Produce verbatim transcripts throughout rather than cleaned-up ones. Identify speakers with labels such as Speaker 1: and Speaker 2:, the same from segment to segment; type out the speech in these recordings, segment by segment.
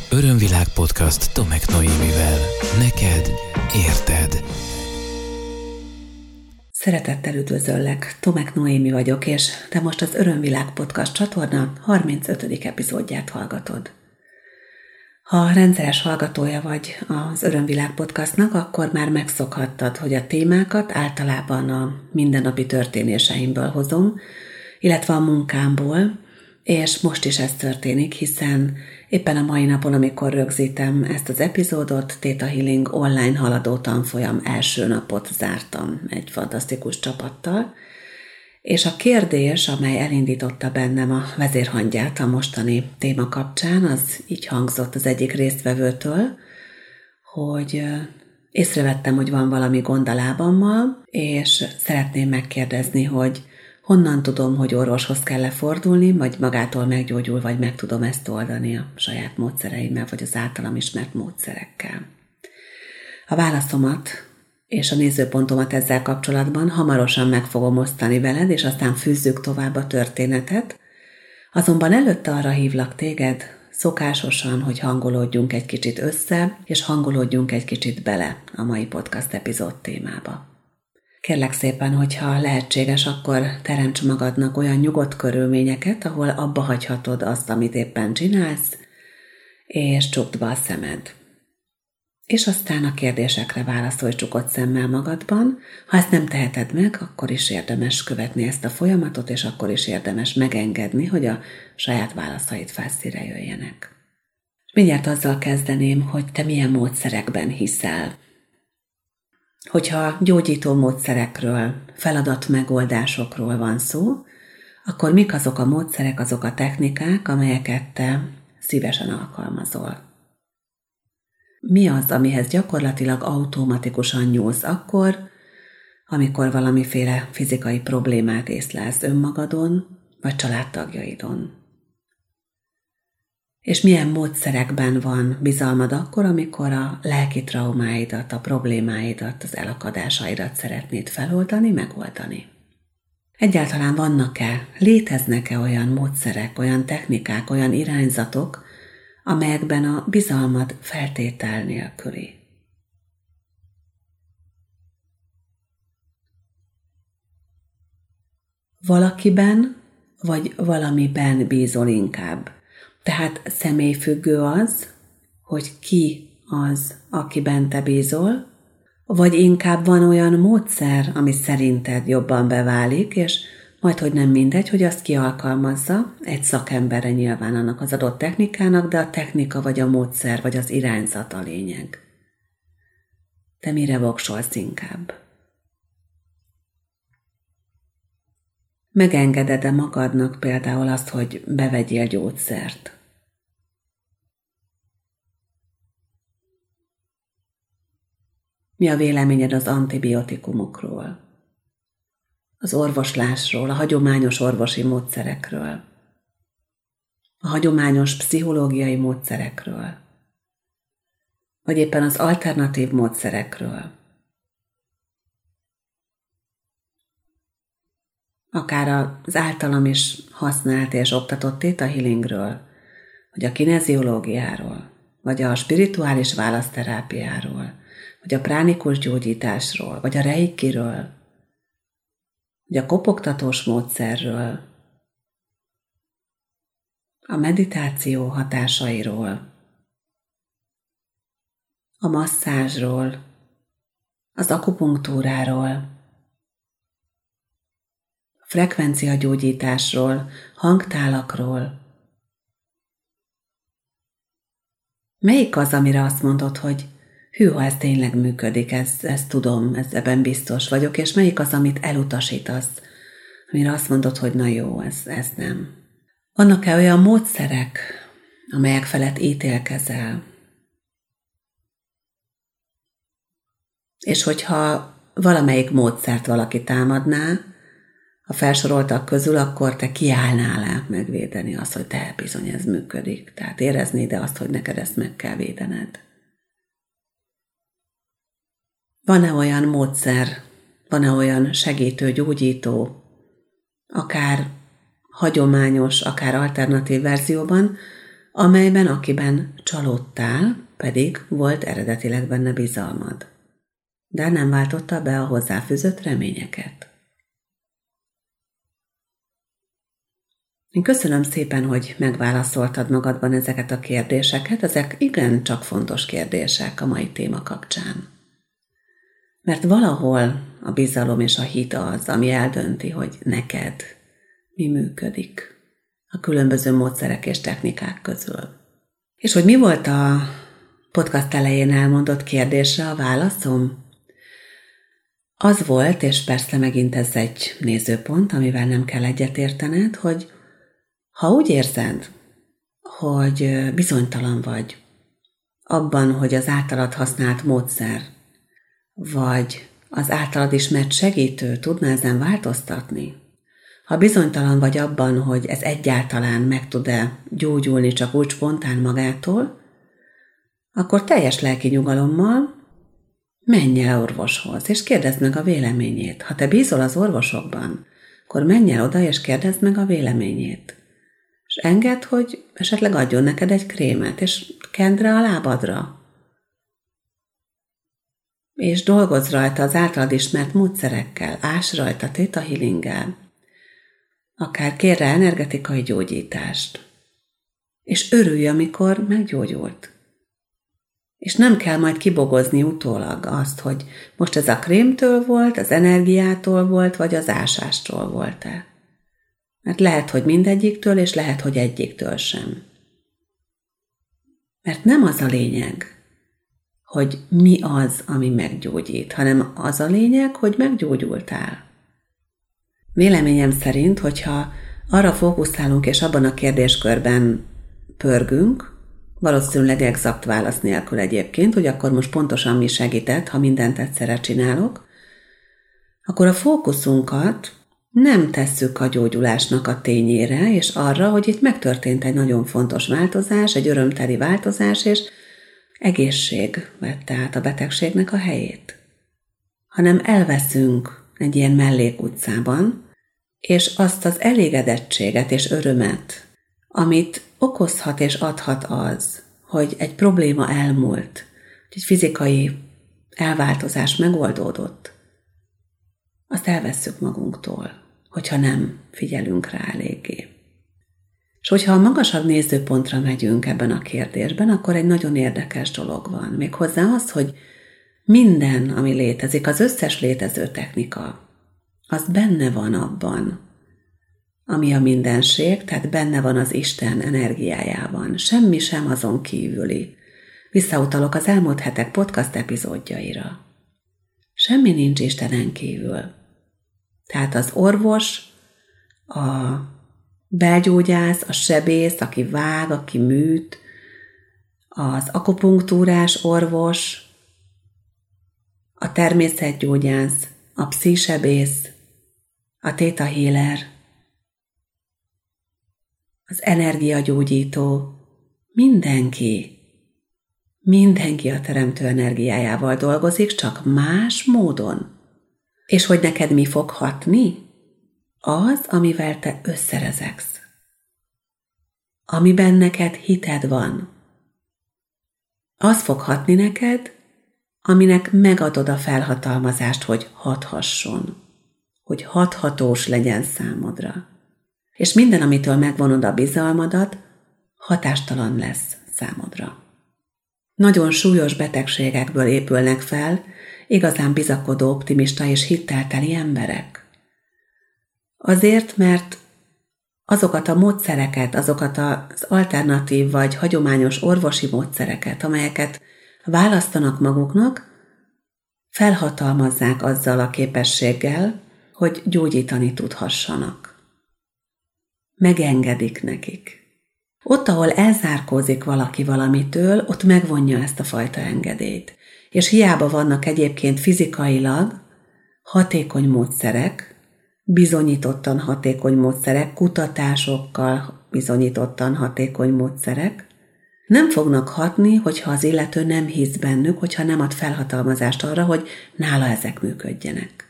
Speaker 1: Örömvilág podcast Tomek Noémivel. Neked érted.
Speaker 2: Szeretettel üdvözöllek, Tomek Noémi vagyok, és te most az Örömvilág podcast csatorna harmincötödik epizódját hallgatod. Ha rendszeres hallgatója vagy az Örömvilág podcastnak, akkor már megszokhattad, hogy a témákat általában a mindennapi történéseimből hozom, illetve a munkámból, és most is ez történik, hiszen éppen a mai napon, amikor rögzítem ezt az epizódot, Theta Healing online haladó tanfolyam első napot zártam egy fantasztikus csapattal, és a kérdés, amely elindította bennem a vezérhangját a mostani téma kapcsán, az így hangzott az egyik résztvevőtől, hogy észrevettem, hogy van valami gond a lábammal, és szeretném megkérdezni, hogy honnan tudom, hogy orvoshoz kell-e fordulni, vagy magától meggyógyul, vagy meg tudom ezt oldani a saját módszereimmel, vagy az általam ismert módszerekkel. A válaszomat és a nézőpontomat ezzel kapcsolatban hamarosan meg fogom osztani veled, és aztán fűzzük tovább a történetet. Azonban előtte arra hívlak téged, szokásosan, hogy hangolódjunk egy kicsit össze, és hangolódjunk egy kicsit bele a mai podcast epizód témába. Kérlek szépen, hogyha lehetséges, akkor teremts magadnak olyan nyugodt körülményeket, ahol abba hagyhatod azt, amit éppen csinálsz, és csukd be a szemed. És aztán a kérdésekre válaszolj csukott szemmel magadban. Ha ezt nem teheted meg, akkor is érdemes követni ezt a folyamatot, és akkor is érdemes megengedni, hogy a saját válaszaid felszínre jöjjenek. Mindjárt azzal kezdeném, hogy te milyen módszerekben hiszel. Hogyha gyógyító módszerekről, feladatmegoldásokról van szó, akkor mik azok a módszerek, azok a technikák, amelyeket te szívesen alkalmazol? Mi az, amihez gyakorlatilag automatikusan nyúlsz akkor, amikor valamiféle fizikai problémát észlelsz önmagadon, vagy családtagjaidon? És milyen módszerekben van bizalmad akkor, amikor a lelki traumáidat, a problémáidat, az elakadásaidat szeretnéd feloldani, megoldani? Egyáltalán vannak-e, léteznek-e olyan módszerek, olyan technikák, olyan irányzatok, amelyekben a bizalmad feltétel nélküli? Valakiben vagy valamiben bízol inkább. Tehát személyfüggő az, hogy ki az, akiben te bízol, vagy inkább van olyan módszer, ami szerinted jobban beválik, és majd, hogy nem mindegy, hogy azt kialkalmazza, egy szakemberre nyilván annak az adott technikának, de a technika vagy a módszer vagy az irányzat a lényeg. Te mire voksolsz inkább? Megengeded-e magadnak például azt, hogy bevegyél gyógyszert? Mi a véleményed az antibiotikumokról, az orvoslásról, a hagyományos orvosi módszerekről, a hagyományos pszichológiai módszerekről, vagy éppen az alternatív módszerekről? Akár az általam is használt és oktatott Theta Healingről, vagy a kineziológiáról, vagy a spirituális választerápiáról, vagy a pránikus gyógyításról, vagy a reikiről, vagy a kopogtatós módszerről, a meditáció hatásairól, a masszázsról, az akupunktúráról, frekvenciagyógyításról, hangtálakról. Melyik az, amire azt mondod, hogy hű, ha ez tényleg működik, ezt, ezt tudom, ez, ebben biztos vagyok, és melyik az, amit elutasítasz, amire azt mondod, hogy na jó, ez, ez nem. Vannak-e olyan módszerek, amelyek felett ítélkezel? És hogyha valamelyik módszert valaki támadná, a felsoroltak közül, akkor te kiállnál-e megvédeni azt, hogy te bizony ez működik. Tehát éreznéd azt, hogy neked ezt meg kell védened. Van-e olyan módszer, van-e olyan segítő, gyógyító, akár hagyományos, akár alternatív verzióban, amelyben akiben csalódtál, pedig volt eredetileg benne bizalmad, de nem váltotta be a hozzáfűzött reményeket. Én köszönöm szépen, hogy megválaszoltad magadban ezeket a kérdéseket, ezek igen csak fontos kérdések a mai téma kapcsán. Mert valahol a bizalom és a hit az, ami eldönti, hogy neked mi működik a különböző módszerek és technikák közül. És hogy mi volt a podcast elején elmondott kérdésre a válaszom? Az volt, és persze megint ez egy nézőpont, amivel nem kell egyetértened, hogy ha úgy érzed, hogy bizonytalan vagy abban, hogy az általad használt módszer, vagy az általad ismert segítő tudna ezen változtatni, ha bizonytalan vagy abban, hogy ez egyáltalán meg tud-e gyógyulni csak úgy spontán magától, akkor teljes lelki nyugalommal menj el orvoshoz, és kérdezd meg a véleményét. Ha te bízol az orvosokban, akkor menj el oda, és kérdezd meg a véleményét. És engedd, hogy esetleg adjon neked egy krémet, és kend rá a lábadra. És dolgozz rajta az általad ismert módszerekkel, ás rajta theta healinggel, akár kérj rá energetikai gyógyítást. És örülj, amikor meggyógyult. És nem kell majd kibogozni utólag azt, hogy most ez a krémtől volt, az energiától volt, vagy az ásástól volt-e. Mert lehet, hogy mindegyiktől, és lehet, hogy egyiktől sem. Mert nem az a lényeg, hogy mi az, ami meggyógyít, hanem az a lényeg, hogy meggyógyultál. Véleményem szerint, hogyha arra fókuszálunk, és abban a kérdéskörben pörgünk, valószínűleg exakt válasz nélkül egyébként, hogy akkor most pontosan mi segített, ha mindent egyszerre csinálok, akkor a fókuszunkat nem tesszük a gyógyulásnak a tényére, és arra, hogy itt megtörtént egy nagyon fontos változás, egy örömteli változás, és egészség vette át a betegségnek a helyét. Hanem elveszünk egy ilyen mellékutcában, és azt az elégedettséget és örömet, amit okozhat és adhat az, hogy egy probléma elmúlt, hogy egy fizikai elváltozás megoldódott, azt elvesszük magunktól, hogyha nem figyelünk rá eléggé. És hogyha a magasabb nézőpontra megyünk ebben a kérdésben, akkor egy nagyon érdekes dolog van. Méghozzá az, hogy minden, ami létezik, az összes létező technika, az benne van abban, ami a mindenség, tehát benne van az Isten energiájában. Semmi sem azon kívüli. Visszautalok az elmúlt hetek podcast epizódjaira. Semmi nincs Istenen kívül. Tehát az orvos, a belgyógyász, a sebész, aki vág, aki műt, az akupunktúrás orvos, a természetgyógyász, a pszichisebész, a theta healer, az energiagyógyító, mindenki, mindenki a teremtő energiájával dolgozik, csak más módon. És hogy neked mi fog hatni? Az, amivel te összerezegsz. Amiben neked hited van. Az fog hatni neked, aminek megadod a felhatalmazást, hogy hathasson, hogy hathatós legyen számodra. És minden, amitől megvonod a bizalmadat, hatástalan lesz számodra. Nagyon súlyos betegségekből épülnek fel igazán bizakodó, optimista és hittelteli emberek. Azért, mert azokat a módszereket, azokat az alternatív vagy hagyományos orvosi módszereket, amelyeket választanak maguknak, felhatalmazzák azzal a képességgel, hogy gyógyítani tudhassanak. Megengedik nekik. Ott, ahol elzárkózik valaki valamitől, ott megvonja ezt a fajta engedélyt. És hiába vannak egyébként fizikailag hatékony módszerek, bizonyítottan hatékony módszerek, kutatásokkal bizonyítottan hatékony módszerek, nem fognak hatni, hogyha az illető nem hisz bennük, hogyha nem ad felhatalmazást arra, hogy nála ezek működjenek.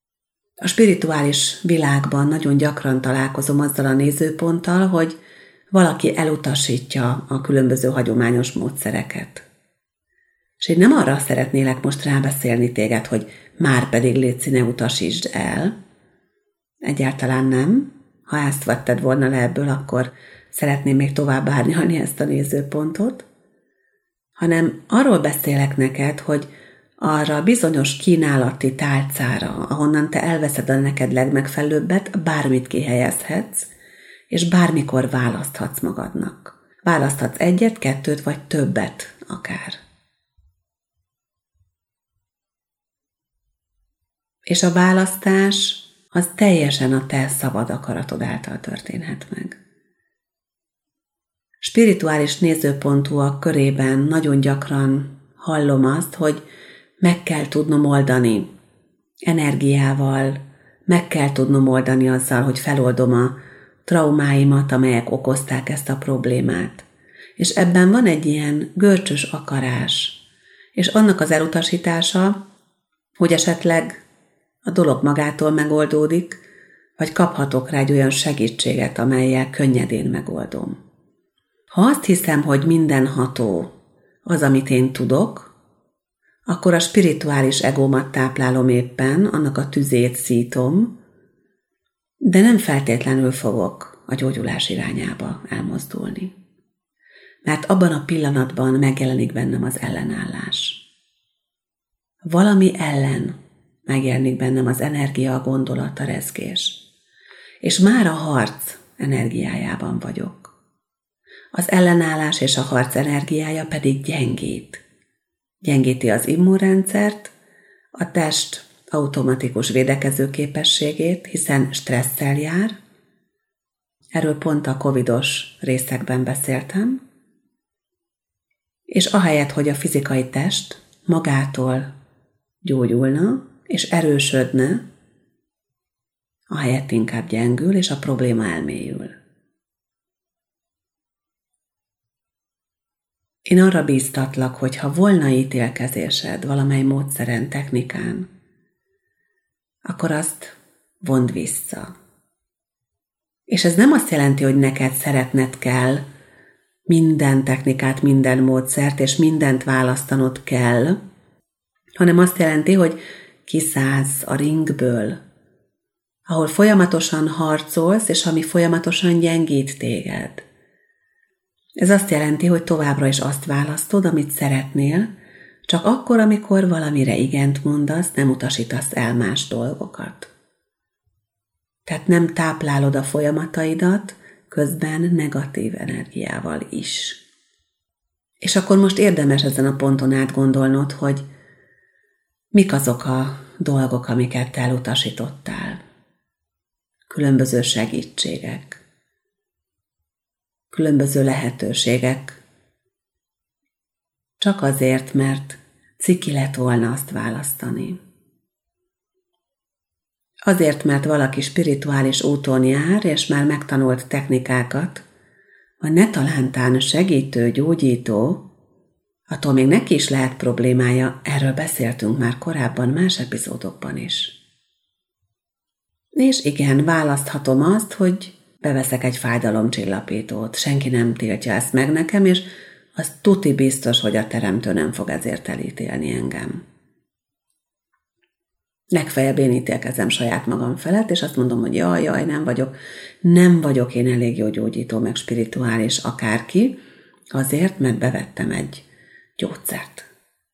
Speaker 2: A spirituális világban nagyon gyakran találkozom azzal a nézőponttal, hogy valaki elutasítja a különböző hagyományos módszereket. És én nem arra szeretnélek most rábeszélni téged, hogy már pedig létszi, ne utasítsd el. Egyáltalán nem. Ha ezt vetted volna le ebből, akkor szeretném még tovább árnyalni ezt a nézőpontot. Hanem arról beszélek neked, hogy arra bizonyos kínálati tálcára, ahonnan te elveszed a neked legmegfelelőbbet, bármit kihelyezhetsz, és bármikor választhatsz magadnak. Választhatsz egyet, kettőt, vagy többet akár. És a választás az teljesen a te szabad akaratod által történhet meg. Spirituális nézőpontúak körében nagyon gyakran hallom azt, hogy meg kell tudnom oldani energiával, meg kell tudnom oldani azzal, hogy feloldom a traumáimat, amelyek okozták ezt a problémát. És ebben van egy ilyen görcsös akarás, és annak az elutasítása, hogy esetleg a dolog magától megoldódik, vagy kaphatok rá egy olyan segítséget, amellyel könnyedén megoldom. Ha azt hiszem, hogy mindenható az, amit én tudok, akkor a spirituális egómat táplálom éppen, annak a tüzét szítom, de nem feltétlenül fogok a gyógyulás irányába elmozdulni. Mert abban a pillanatban megjelenik bennem az ellenállás. Valami ellen megjelenik bennem az energia, a gondolat, a rezgés. És már a harc energiájában vagyok. Az ellenállás és a harc energiája pedig gyengít. Gyengíti az immunrendszert, a test automatikus védekező képességét, hiszen stresszel jár. Erről pont a covidos részekben beszéltem. És ahelyett, hogy a fizikai test magától gyógyulna és erősödne, ahelyett inkább gyengül, és a probléma elmélyül. Én arra bíztatlak, hogy ha volna ítélkezésed valamely módszeren, technikán, akkor azt vondd vissza. És ez nem azt jelenti, hogy neked szeretned kell minden technikát, minden módszert, és mindent választanod kell, hanem azt jelenti, hogy kiszállsz a ringből, ahol folyamatosan harcolsz, és ami folyamatosan gyengít téged. Ez azt jelenti, hogy továbbra is azt választod, amit szeretnél, csak akkor, amikor valamire igent mondasz, nem utasítasz el más dolgokat. Tehát nem táplálod a folyamataidat, közben negatív energiával is. És akkor most érdemes ezen a ponton átgondolnod, hogy mik azok a dolgok, amiket te elutasítottál. Különböző segítségek. Különböző lehetőségek. Csak azért, mert ciki lett volna azt választani. Azért, mert valaki spirituális úton jár, és már megtanult technikákat, vagy ne talántán segítő, gyógyító, attól még neki is lehet problémája, erről beszéltünk már korábban más epizódokban is. És igen, választhatom azt, hogy beveszek egy fájdalomcsillapítót, senki nem tiltja ezt meg nekem, és az tuti biztos, hogy a teremtő nem fog ezért elítélni engem. Legfeljebb én ítélkezem saját magam felett, és azt mondom, hogy jaj, jaj, nem vagyok, nem vagyok én elég jó gyógyító, meg spirituális akárki, azért, mert bevettem egy gyógyszert.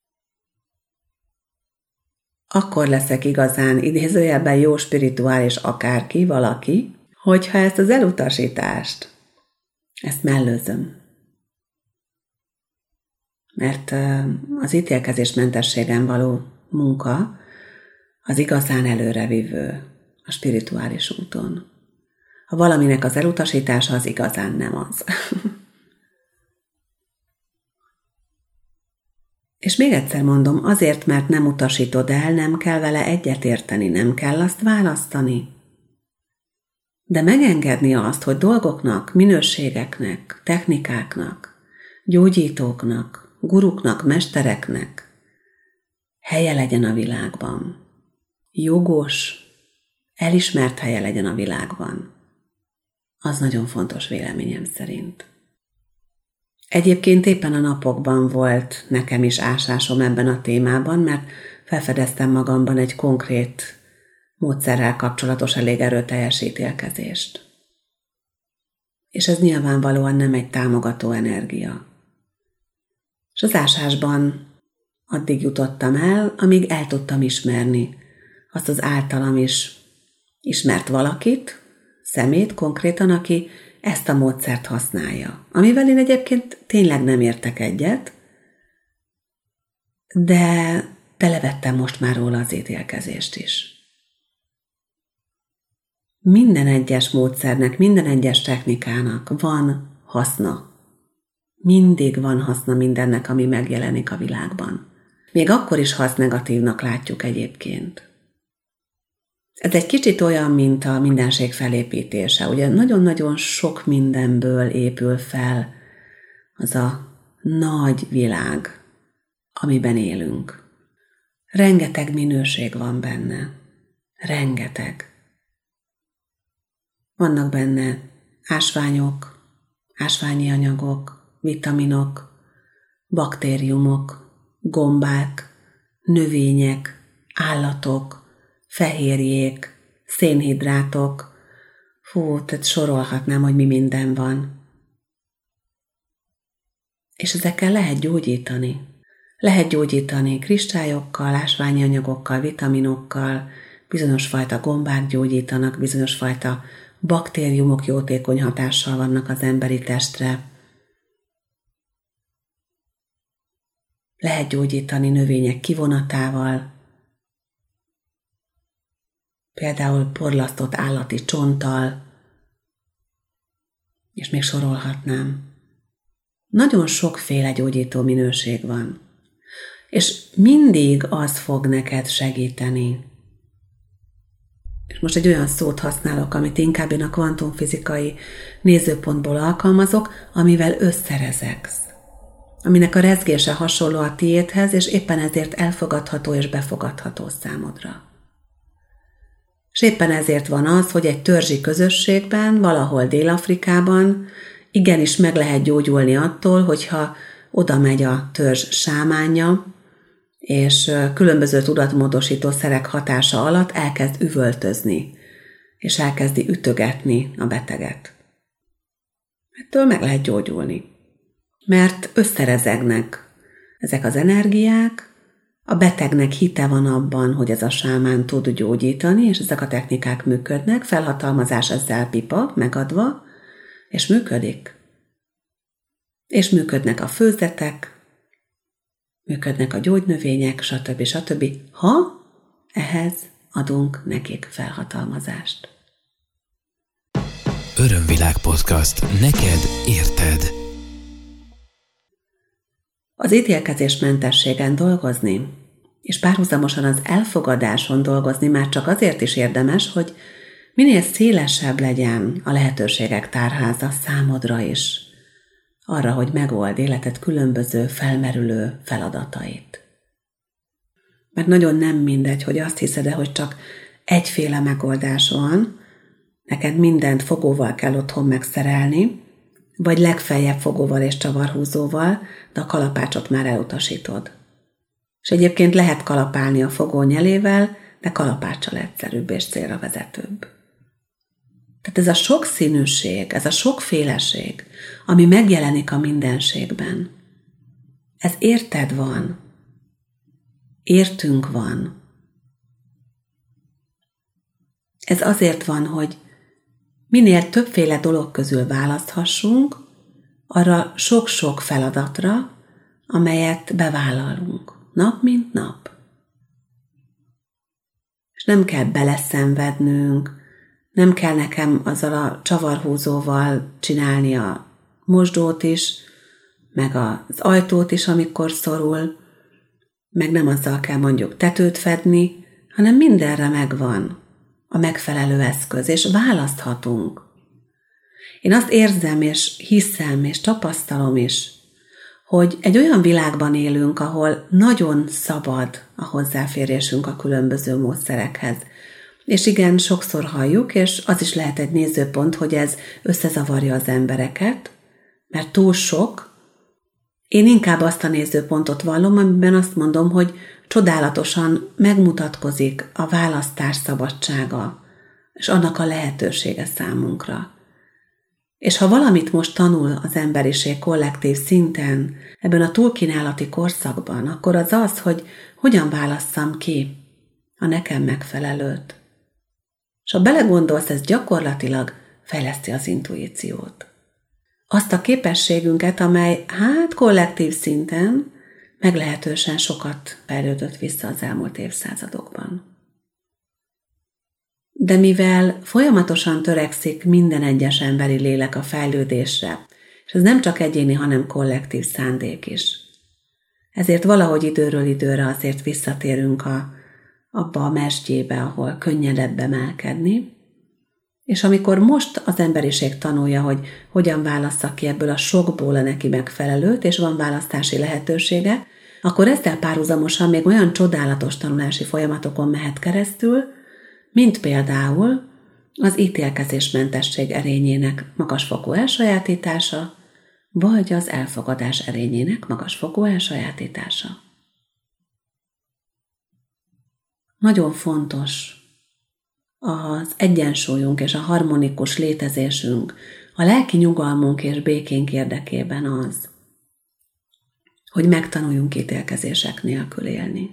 Speaker 2: Akkor leszek igazán idézőjelben jó spirituális akárki, valaki, hogyha ezt az elutasítást, ezt mellőzöm. Mert az ítélkezésmentességen való munka az igazán előrevívő a spirituális úton. Ha valaminek az elutasítása, az igazán nem az. És még egyszer mondom, azért, mert nem utasítod el, nem kell vele egyetérteni, nem kell azt választani. De megengedni azt, hogy dolgoknak, minőségeknek, technikáknak, gyógyítóknak, guruknak, mestereknek helye legyen a világban. Jogos, elismert helye legyen a világban. az nagyon fontos véleményem szerint. Egyébként éppen a napokban volt nekem is ásásom ebben a témában, mert felfedeztem magamban egy konkrét módszerrel kapcsolatos elég erőteljes ítélkezést. És ez nyilvánvalóan nem egy támogató energia. És az ásásban addig jutottam el, amíg el tudtam ismerni azt az általam is ismert valakit, szemét konkrétan, aki ezt a módszert használja. Amivel én egyébként tényleg nem értek egyet, de, de levettem most már róla az ítélkezést is. Minden egyes módszernek, minden egyes technikának van haszna. Mindig van haszna mindennek, ami megjelenik a világban. Még akkor is, ha azt negatívnak látjuk egyébként. Ez egy kicsit olyan, mint a mindenség felépítése. Ugye nagyon-nagyon sok mindenből épül fel az a nagy világ, amiben élünk. Rengeteg minőség van benne. Rengeteg. Vannak benne ásványok, ásványi anyagok, vitaminok, baktériumok, gombák, növények, állatok, fehérjék, szénhidrátok. Fú, tehát sorolhatnám, hogy mi minden van. És ezekkel lehet gyógyítani. Lehet gyógyítani kristályokkal, ásványi anyagokkal, vitaminokkal, bizonyos fajta gombák gyógyítanak, bizonyos fajta baktériumok jótékony hatással vannak az emberi testre. Lehet gyógyítani növények kivonatával, például porlasztott állati csonttal, és még sorolhatnám. Nagyon sokféle gyógyító minőség van, és mindig az fog neked segíteni. És most egy olyan szót használok, amit inkább én a kvantumfizikai nézőpontból alkalmazok, amivel összerezegsz, aminek a rezgése hasonló a tiédhez, és éppen ezért elfogadható és befogadható számodra. És éppen ezért van az, hogy egy törzsi közösségben, valahol Dél-Afrikában igenis meg lehet gyógyulni attól, hogyha oda megy a törzs sámánja, és különböző tudatmódosító szerek hatása alatt elkezd üvöltözni, és elkezdi ütögetni a beteget. Ettől meg lehet gyógyulni, mert összerezegnek ezek az energiák, a betegnek hite van abban, hogy ez a sámán tud gyógyítani, és ezek a technikák működnek, felhatalmazás ezzel pipa, megadva, és működik. És működnek a főzetek, működnek a gyógynövények, stb. stb. Ha ehhez adunk nekik felhatalmazást.
Speaker 1: Örömvilág podcast. Neked érted.
Speaker 2: Az ítélkezésmentességen dolgozni, és párhuzamosan az elfogadáson dolgozni már csak azért is érdemes, hogy minél szélesebb legyen a lehetőségek tárháza számodra is, arra, hogy megold életed különböző felmerülő feladatait. Mert nagyon nem mindegy, hogy azt hiszed-e, hogy csak egyféle megoldás van, neked mindent fogóval kell otthon megszerelni, vagy legfeljebb fogóval és csavarhúzóval, de a kalapácsot már elutasítod. És egyébként lehet kalapálni a fogó nyelével, de kalapáccsal egyszerűbb és célra vezetőbb. Tehát ez a sokszínűség, ez a sokféleség, ami megjelenik a mindenségben, ez érted van, értünk van. Ez azért van, hogy minél többféle dolog közül választhassunk arra sok-sok feladatra, amelyet bevállalunk, nap mint nap. És nem kell beleszenvednünk, nem kell nekem azzal a csavarhúzóval csinálni a mosdót is, meg az ajtót is, amikor szorul, meg nem azzal kell mondjuk tetőt fedni, hanem mindenre megvan a megfelelő eszköz, és választhatunk. Én azt érzem, és hiszem, és tapasztalom is, hogy egy olyan világban élünk, ahol nagyon szabad a hozzáférésünk a különböző módszerekhez. És igen, sokszor halljuk, és az is lehet egy nézőpont, hogy ez összezavarja az embereket, mert túl sok. Én inkább azt a nézőpontot vallom, amiben azt mondom, hogy csodálatosan megmutatkozik a választás szabadsága, és annak a lehetősége számunkra. És ha valamit most tanul az emberiség kollektív szinten, ebben a túlkínálati korszakban, akkor az az, hogy hogyan válasszam ki a nekem megfelelőt. És ha belegondolsz, ez gyakorlatilag fejleszti az intuíciót. Azt a képességünket, amely hát kollektív szinten meglehetősen sokat fejlődött vissza az elmúlt évszázadokban. De mivel folyamatosan törekszik minden egyes emberi lélek a fejlődésre, és ez nem csak egyéni, hanem kollektív szándék is, ezért valahogy időről időre azért visszatérünk a, abba a mesdjébe, ahol könnyedebb emelkedni, és amikor most az emberiség tanulja, hogy hogyan válassza ki ebből a sokból a neki megfelelőt, és van választási lehetősége, akkor ezzel párhuzamosan még olyan csodálatos tanulási folyamatokon mehet keresztül, mint például az ítélkezésmentesség erényének magasfokú elsajátítása, vagy az elfogadás erényének magasfokú elsajátítása. Nagyon fontos az egyensúlyunk és a harmonikus létezésünk, a lelki nyugalmunk és békénk érdekében az, hogy megtanuljunk ítélkezések nélkül élni.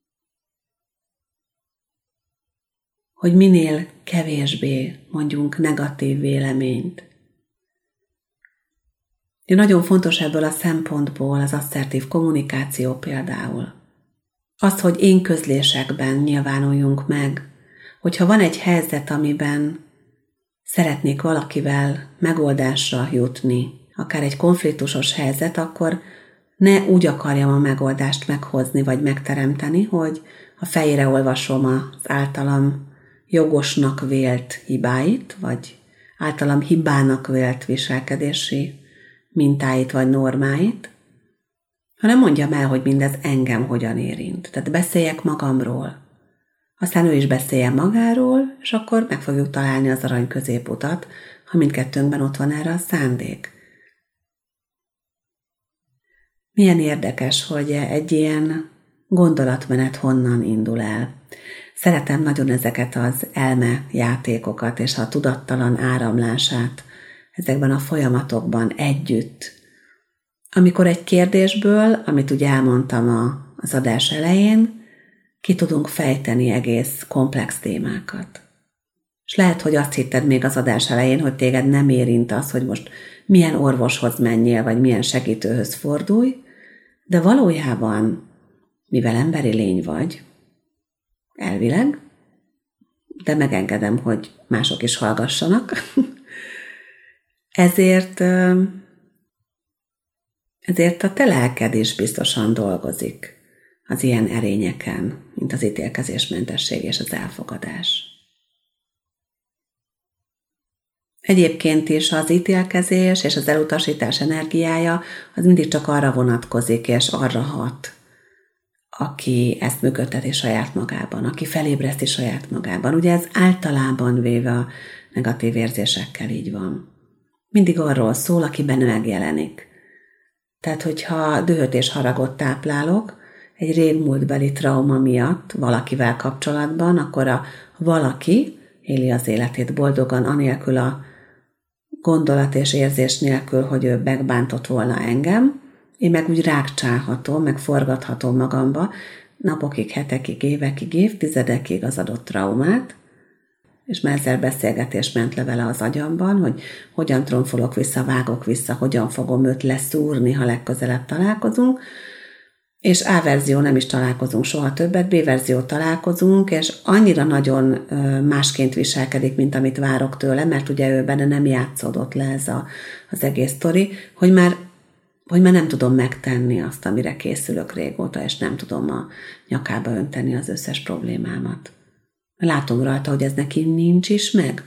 Speaker 2: Hogy minél kevésbé mondjunk negatív véleményt. De nagyon fontos ebből a szempontból az asszertív kommunikáció például. Az, hogy én közlésekben nyilvánuljunk meg, hogyha van egy helyzet, amiben szeretnék valakivel megoldásra jutni, akár egy konfliktusos helyzet, akkor ne úgy akarjam a megoldást meghozni vagy megteremteni, hogy a fejére olvasom az általam jogosnak vélt hibáit, vagy általam hibának vélt viselkedési mintáit vagy normáit, hanem mondjam el, hogy mindez engem hogyan érint. Tehát beszéljek magamról. Aztán ő is beszéljen magáról, és akkor meg fogjuk találni az arany középutat, ha mindkettőnkben ott van erre a szándék. Milyen érdekes, hogy egy ilyen gondolatmenet honnan indul el. Szeretem nagyon ezeket az elme játékokat és a tudattalan áramlását ezekben a folyamatokban együtt. Amikor egy kérdésből, amit ugye elmondtam a, az adás elején, ki tudunk fejteni egész komplex témákat. És lehet, hogy azt hitted még az adás elején, hogy téged nem érint az, hogy most milyen orvoshoz menjél, vagy milyen segítőhöz fordulj, de valójában, mivel emberi lény vagy, elvileg, de megengedem, hogy mások is hallgassanak, ezért, ezért a te lelked is biztosan dolgozik az ilyen erényeken, mint az ítélkezésmentesség és az elfogadás. Egyébként is az ítélkezés és az elutasítás energiája az mindig csak arra vonatkozik és arra hat, aki ezt működteti saját magában, aki felébreszti saját magában. Ugye ez általában véve a negatív érzésekkel így van. Mindig arról szól, aki benne megjelenik. Tehát, hogyha dühöt és haragot táplálok egy régmúltbeli trauma miatt valakivel kapcsolatban, akkor a valaki éli az életét boldogan, anélkül a gondolat és érzés nélkül, hogy ő megbántott volna engem, én meg úgy rákcsálhatom, meg forgathatom magamba napokig, hetekig, évekig, évtizedekig az adott traumát, és már ezzel beszélgetés ment le vele az agyamban, hogy hogyan tromfolok vissza, vágok vissza, hogyan fogom őt leszúrni, ha legközelebb találkozunk, és A verzió nem is találkozunk soha többet, B verzió találkozunk, és annyira nagyon másként viselkedik, mint amit várok tőle, mert ugye ő benne nem játszódott le ez a, az egész sztori, hogy már hogy már nem tudom megtenni azt, amire készülök régóta, és nem tudom a nyakába önteni az összes problémámat. Látom rajta, hogy ez neki nincs is meg.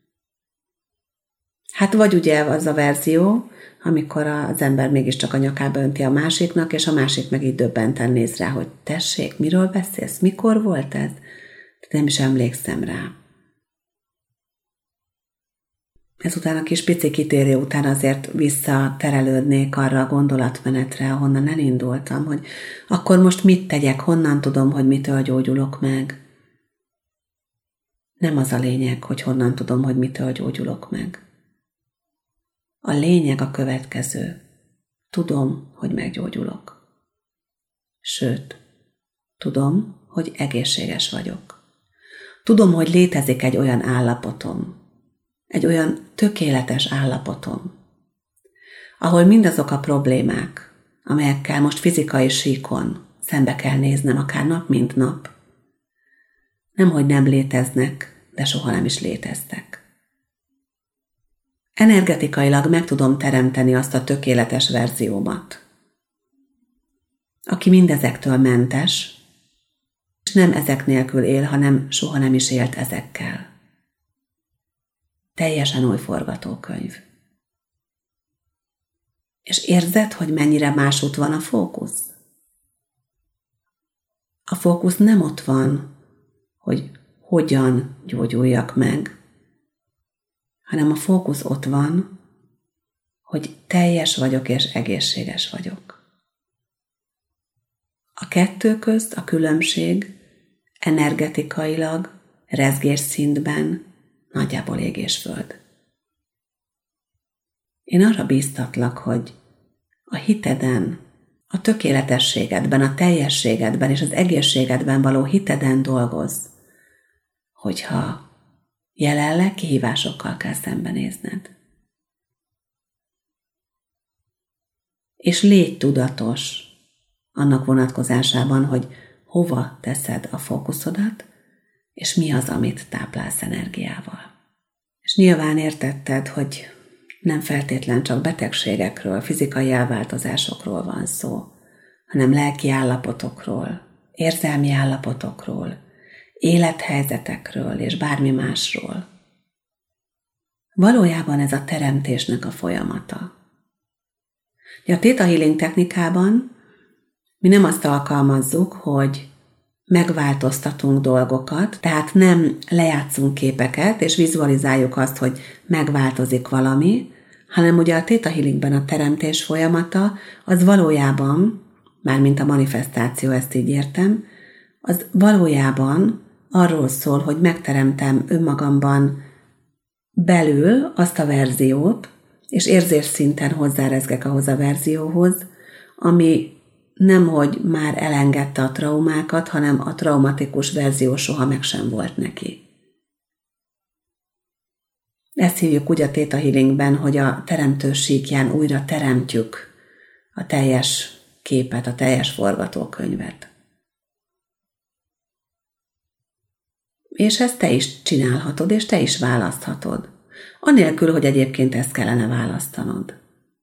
Speaker 2: Hát vagy ugye az a verzió, amikor az ember mégiscsak a nyakába önti a másiknak, és a másik meg így döbbenten néz rá, hogy tessék, miről beszélsz, mikor volt ez? de nem is emlékszem rá. Ezután a kis pici kitérő után azért visszaterelődnék arra a gondolatmenetre, ahonnan elindultam, hogy akkor most mit tegyek, honnan tudom, hogy mitől gyógyulok meg. Nem az a lényeg, hogy honnan tudom, hogy mitől gyógyulok meg. A lényeg a következő. Tudom, hogy meggyógyulok. Sőt, tudom, hogy egészséges vagyok. Tudom, hogy létezik egy olyan állapotom, egy olyan tökéletes állapotom, ahol mindazok a problémák, amelyekkel most fizikai síkon szembe kell néznem, akár nap mint nap, nemhogy nem léteznek, de soha nem is léteztek. Energetikailag meg tudom teremteni azt a tökéletes verziómat, aki mindezektől mentes, és nem ezek nélkül él, hanem soha nem is élt ezekkel. Teljesen új forgatókönyv. És érzed, hogy mennyire másút van a fókusz? A fókusz nem ott van, hogy hogyan gyógyuljak meg, hanem a fókusz ott van, hogy teljes vagyok és egészséges vagyok. A kettő közt a különbség energetikailag, rezgésszintben nagyjából ég és föld. Én arra bíztatlak, hogy a hiteden, a tökéletességedben, a teljességedben és az egészségedben való hiteden dolgozz, hogyha jelenleg kihívásokkal kell szembenézned. És légy tudatos annak vonatkozásában, hogy hova teszed a fókuszodat, és mi az, amit táplálsz energiával. És nyilván értetted, hogy nem feltétlen csak betegségekről, fizikai elváltozásokról van szó, hanem lelki állapotokról, érzelmi állapotokról, élethelyzetekről és bármi másról. Valójában ez a teremtésnek a folyamata. A Theta Healing technikában mi nem azt alkalmazzuk, hogy megváltoztatunk dolgokat, tehát nem lejátszunk képeket, és vizualizáljuk azt, hogy megváltozik valami, hanem ugye a Theta Healingben a teremtés folyamata, az valójában, mármint a manifestáció, ezt így értem, az valójában arról szól, hogy megteremtem önmagamban belül azt a verziót, és érzésszinten hozzárezgek ahhoz a verzióhoz, ami nemhogy már elengedte a traumákat, hanem a traumatikus verzió soha meg sem volt neki. Ezt hívjuk úgy a Theta Healingben, hogy a teremtő síkján újra teremtjük a teljes képet, a teljes forgatókönyvet. És ezt te is csinálhatod, és te is választhatod. Anélkül, hogy egyébként ezt kellene választanod.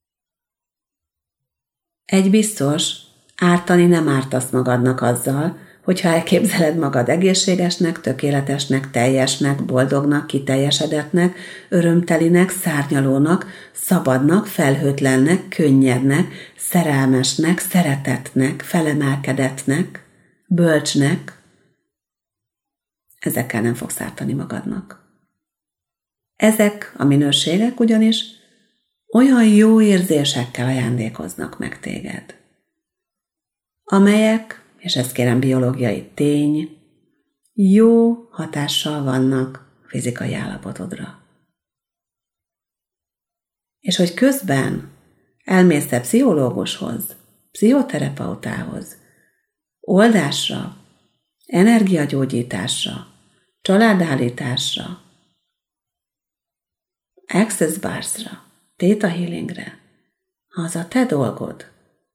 Speaker 2: Egy biztos, ártani nem ártasz magadnak azzal, hogyha elképzeled magad egészségesnek, tökéletesnek, teljesnek, boldognak, kiteljesedettnek, örömtelinek, szárnyalónak, szabadnak, felhőtlennek, könnyednek, szerelmesnek, szeretetnek, felemelkedettnek, bölcsnek. Ezekkel nem fogsz ártani magadnak. Ezek a minőségek ugyanis olyan jó érzésekkel ajándékoznak meg téged, amelyek, és ezt kérem biológiai tény, jó hatással vannak fizikai állapotodra. És hogy közben elmész a pszichológushoz, pszichoterapeutához, oldásra, energiagyógyításra, családállításra, access barsra, Theta Healingre, az a te dolgod.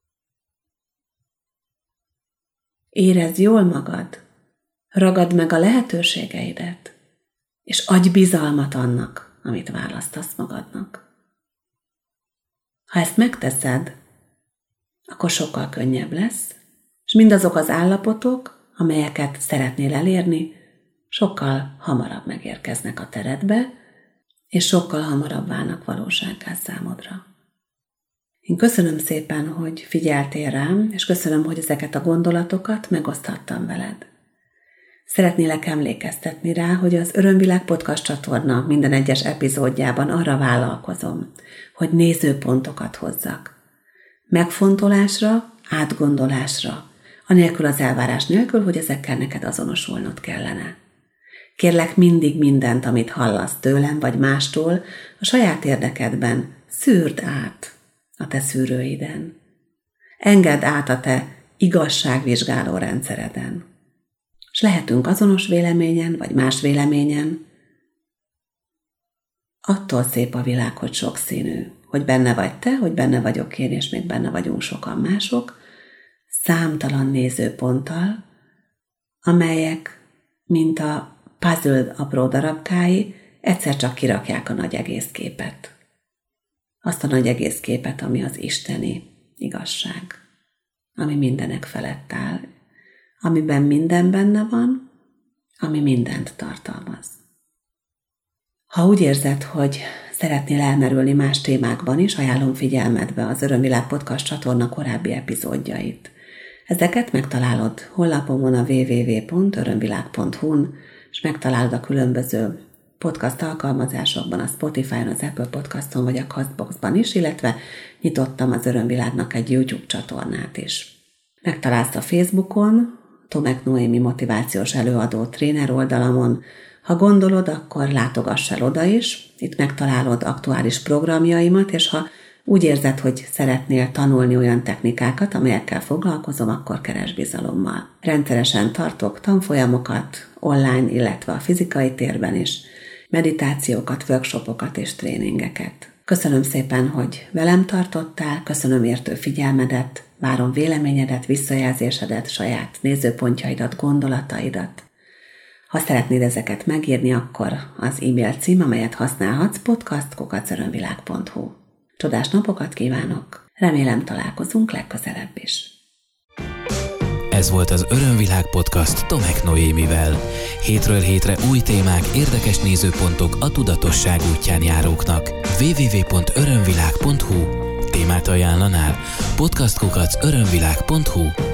Speaker 2: Érezd jól magad, ragad meg a lehetőségeidet, és adj bizalmat annak, amit választasz magadnak. Ha ezt megteszed, akkor sokkal könnyebb lesz, és mindazok az állapotok, amelyeket szeretnél elérni, sokkal hamarabb megérkeznek a teredbe, és sokkal hamarabb válnak valósággá számodra. Én köszönöm szépen, hogy figyeltél rám, és köszönöm, hogy ezeket a gondolatokat megoszthattam veled. Szeretnélek emlékeztetni rá, hogy az Örömvilág podcast csatorna minden egyes epizódjában arra vállalkozom, hogy nézőpontokat hozzak. Megfontolásra, átgondolásra, anélkül az elvárás nélkül, hogy ezekkel neked azonosulnod kellene. Kérlek, mindig mindent, amit hallasz tőlem vagy mástól, a saját érdekedben szűrd át a te szűrőiden. Engedd át a te igazságvizsgáló rendszereden. És lehetünk azonos véleményen, vagy más véleményen. Attól szép a világ, hogy sokszínű, hogy benne vagy te, hogy benne vagyok én, és még benne vagyunk sokan mások, számtalan nézőponttal, amelyek, mint a puzzle apró darabkái, egyszer csak kirakják a nagy egész képet. Azt a nagy egész képet, ami az isteni igazság, ami mindenek felett áll, amiben minden benne van, ami mindent tartalmaz. Ha úgy érzed, hogy szeretnél elmerülni más témákban is, ajánlom figyelmedbe az Örömvilág podcast csatorna korábbi epizódjait. Ezeket megtalálod honlapomon a double-u double-u double-u pont örömvilág pont hu-n, és megtalálod a különböző podcast alkalmazásokban, a Spotify-on, az Apple Podcaston vagy a Castboxban is, illetve nyitottam az Örömvilágnak egy YouTube csatornát is. Megtalálsz a Facebookon, Tomek Noémi motivációs előadó tréner oldalamon. Ha gondolod, akkor látogass el oda is, itt megtalálod aktuális programjaimat, és ha úgy érzed, hogy szeretnél tanulni olyan technikákat, amelyekkel foglalkozom, akkor keresd bizalommal. Rendszeresen tartok tanfolyamokat, online, illetve a fizikai térben is, meditációkat, workshopokat és tréningeket. Köszönöm szépen, hogy velem tartottál, köszönöm értő figyelmedet, várom véleményedet, visszajelzésedet, saját nézőpontjaidat, gondolataidat. Ha szeretnéd ezeket megírni, akkor az e-mail cím, amelyet használhatsz, podcast kukac örömvilág pont hu. Csodás napokat kívánok, remélem találkozunk legközelebb is.
Speaker 1: Ez volt az Örömvilág podcast Tomek Noémivel. Hétről hétre új témák, érdekes nézőpontok a tudatosság útján járóknak. double-u double-u double-u pont örömvilág pont hu. Témát ajánlanál? podcast kukac örömvilág pont hu.